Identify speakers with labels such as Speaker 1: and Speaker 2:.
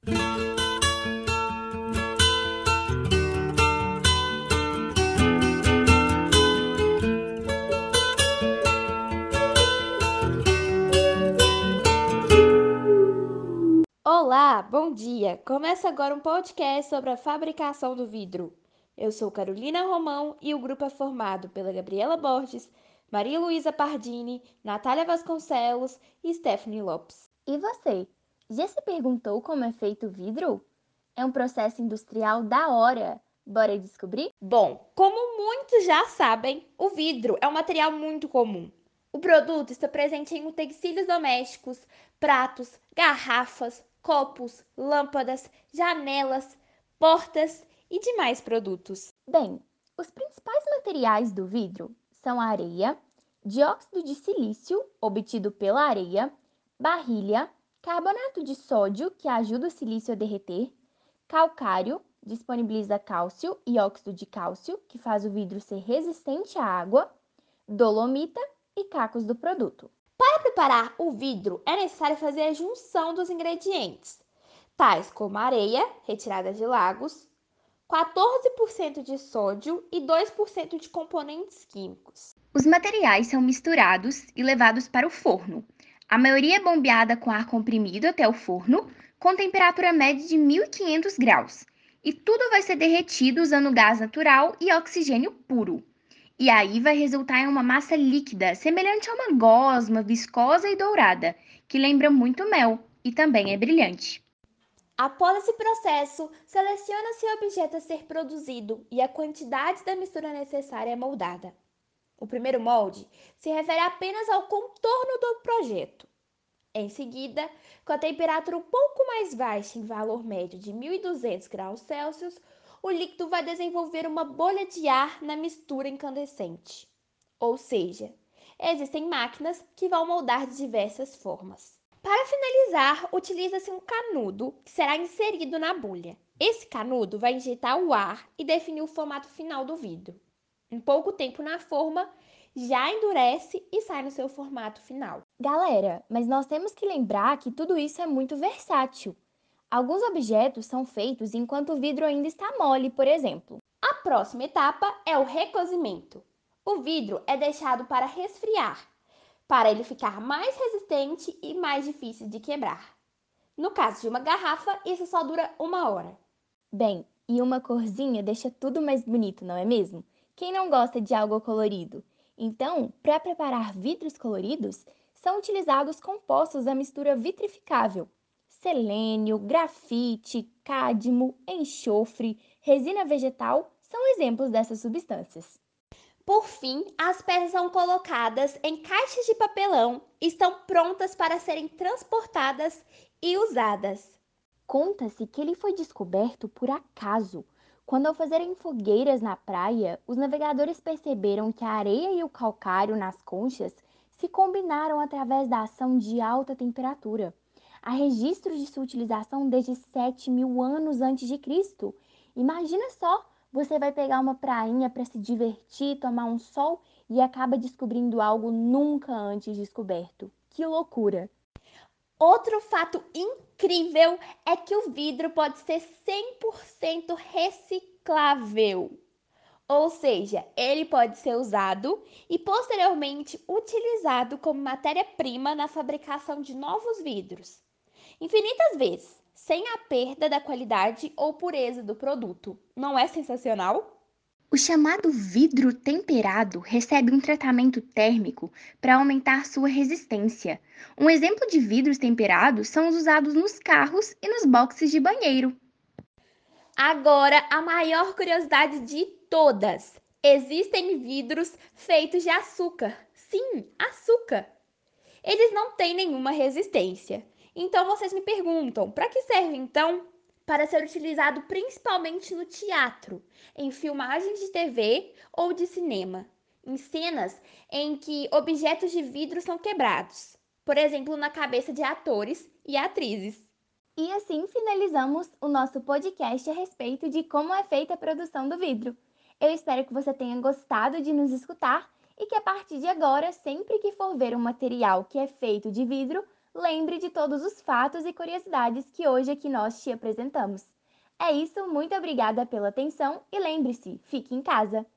Speaker 1: Olá, bom dia! Começa agora um podcast sobre a fabricação do vidro. Eu sou Carolina Romão e o grupo é formado pela Gabriela Borges, Maria Luísa Pardini, Natália Vasconcelos e Stephanie Lopes.
Speaker 2: E você, já se perguntou como é feito o vidro? É um processo industrial da hora. Bora descobrir?
Speaker 1: Bom, como muitos já sabem, o vidro é um material muito comum. O produto está presente em utensílios domésticos, pratos, garrafas, copos, lâmpadas, janelas, portas e demais produtos.
Speaker 2: Bem, os principais materiais do vidro são a areia, dióxido de silício, obtido pela areia, barrilha, carbonato de sódio, que ajuda o silício a derreter, calcário, disponibiliza cálcio e óxido de cálcio, que faz o vidro ser resistente à água, dolomita e cacos do produto.
Speaker 1: Para preparar o vidro, é necessário fazer a junção dos ingredientes, tais como areia, retirada de lagos, 14% de sódio e 2% de componentes químicos.
Speaker 2: Os materiais são misturados e levados para o forno. A maioria é bombeada com ar comprimido até o forno, com temperatura média de 1500 graus. E tudo vai ser derretido usando gás natural e oxigênio puro. E aí vai resultar em uma massa líquida, semelhante a uma gosma, viscosa e dourada, que lembra muito mel e também é brilhante.
Speaker 1: Após esse processo, seleciona-se o objeto a ser produzido e a quantidade da mistura necessária é moldada. O primeiro molde se refere apenas ao contorno do projeto. Em seguida, com a temperatura um pouco mais baixa, em valor médio de 1200 graus Celsius, o líquido vai desenvolver uma bolha de ar na mistura incandescente. Ou seja, existem máquinas que vão moldar de diversas formas. Para finalizar, utiliza-se um canudo que será inserido na bolha. Esse canudo vai injetar o ar e definir o formato final do vidro. Em pouco tempo na forma, já endurece e sai no seu formato final.
Speaker 2: Galera, mas nós temos que lembrar que tudo isso é muito versátil. Alguns objetos são feitos enquanto o vidro ainda está mole, por exemplo.
Speaker 1: A próxima etapa é o recozimento. O vidro é deixado para resfriar, para ele ficar mais resistente e mais difícil de quebrar. No caso de uma garrafa, isso só dura 1 hora.
Speaker 2: Bem, e uma corzinha deixa tudo mais bonito, não é mesmo? Quem não gosta de algo colorido? Então, para preparar vidros coloridos, são utilizados compostos da mistura vitrificável. Selênio, grafite, cádmio, enxofre, resina vegetal são exemplos dessas substâncias.
Speaker 1: Por fim, as peças são colocadas em caixas de papelão e estão prontas para serem transportadas e usadas.
Speaker 2: Conta-se que ele foi descoberto por acaso. Quando, ao fazerem fogueiras na praia, os navegadores perceberam que a areia e o calcário nas conchas se combinaram através da ação de alta temperatura. Há registros de sua utilização desde 7.000 anos antes de Cristo. Imagina só, você vai pegar uma prainha para se divertir, tomar um sol e acaba descobrindo algo nunca antes descoberto. Que loucura!
Speaker 1: Outro fato incrível é que o vidro pode ser 100% reciclável. Ou seja, ele pode ser usado e posteriormente utilizado como matéria-prima na fabricação de novos vidros, infinitas vezes, sem a perda da qualidade ou pureza do produto. Não é sensacional?
Speaker 2: O chamado vidro temperado recebe um tratamento térmico para aumentar sua resistência. Um exemplo de vidros temperados são os usados nos carros e nos boxes de banheiro.
Speaker 1: Agora, a maior curiosidade de todas: existem vidros feitos de açúcar. Sim, açúcar. Eles não têm nenhuma resistência. Então vocês me perguntam, para que serve então? Para ser utilizado principalmente no teatro, em filmagens de TV ou de cinema, em cenas em que objetos de vidro são quebrados, por exemplo, na cabeça de atores e atrizes.
Speaker 2: E assim finalizamos o nosso podcast a respeito de como é feita a produção do vidro. Eu espero que você tenha gostado de nos escutar e que a partir de agora, sempre que for ver um material que é feito de vidro, lembre de todos os fatos e curiosidades que hoje aqui nós te apresentamos. É isso, muito obrigada pela atenção e lembre-se, fique em casa!